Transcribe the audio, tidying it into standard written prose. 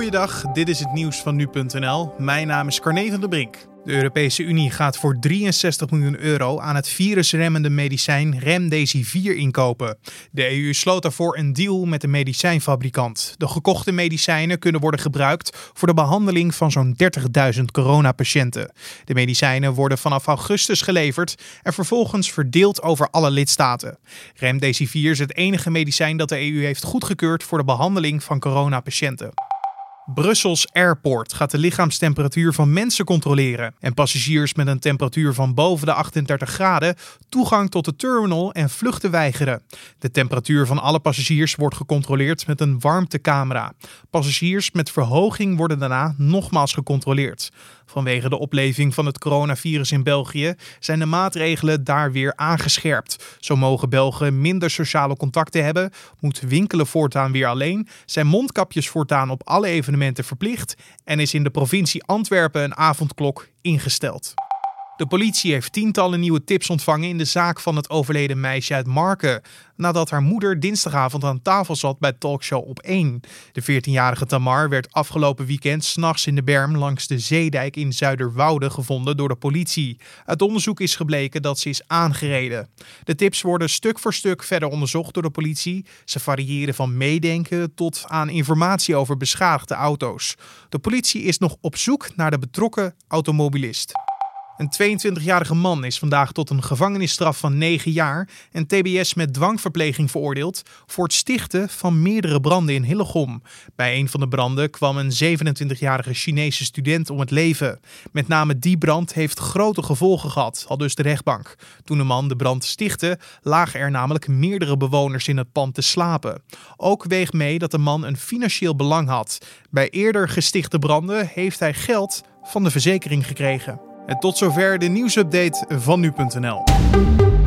Goeiedag, dit is het nieuws van nu.nl. Mijn naam is Carne van der Brink. De Europese Unie gaat voor €63 miljoen aan het virusremmende medicijn Remdesivir inkopen. De EU sloot daarvoor een deal met de medicijnfabrikant. De gekochte medicijnen kunnen worden gebruikt voor de behandeling van zo'n 30.000 coronapatiënten. De medicijnen worden vanaf augustus geleverd en vervolgens verdeeld over alle lidstaten. Remdesivir is het enige medicijn dat de EU heeft goedgekeurd voor de behandeling van coronapatiënten. Brussels Airport gaat de lichaamstemperatuur van mensen controleren en passagiers met een temperatuur van boven de 38 graden toegang tot de terminal en vluchten weigeren. De temperatuur van alle passagiers wordt gecontroleerd met een warmtecamera. Passagiers met verhoging worden daarna nogmaals gecontroleerd. Vanwege de opleving van het coronavirus in België zijn de maatregelen daar weer aangescherpt. Zo mogen Belgen minder sociale contacten hebben, moet winkelen voortaan weer alleen, zijn mondkapjes voortaan op alle evenementen verplicht en is in de provincie Antwerpen een avondklok ingesteld. De politie heeft tientallen nieuwe tips ontvangen in de zaak van het overleden meisje uit Marken, nadat haar moeder dinsdagavond aan tafel zat bij talkshow Op 1. De 14-jarige Tamar werd afgelopen weekend 's nachts in de berm langs de Zeedijk in Zuiderwoude gevonden door de politie. Uit onderzoek is gebleken dat ze is aangereden. De tips worden stuk voor stuk verder onderzocht door de politie. Ze variëren van meedenken tot aan informatie over beschadigde auto's. De politie is nog op zoek naar de betrokken automobilist. Een 22-jarige man is vandaag tot een gevangenisstraf van 9 jaar en tbs met dwangverpleging veroordeeld voor het stichten van meerdere branden in Hillegom. Bij een van de branden kwam een 27-jarige Chinese student om het leven. Met name die brand heeft grote gevolgen gehad, aldus de rechtbank. Toen de man de brand stichtte, lagen er namelijk meerdere bewoners in het pand te slapen. Ook weegt mee dat de man een financieel belang had. Bij eerder gestichte branden heeft hij geld van de verzekering gekregen. En tot zover de nieuwsupdate van nu.nl.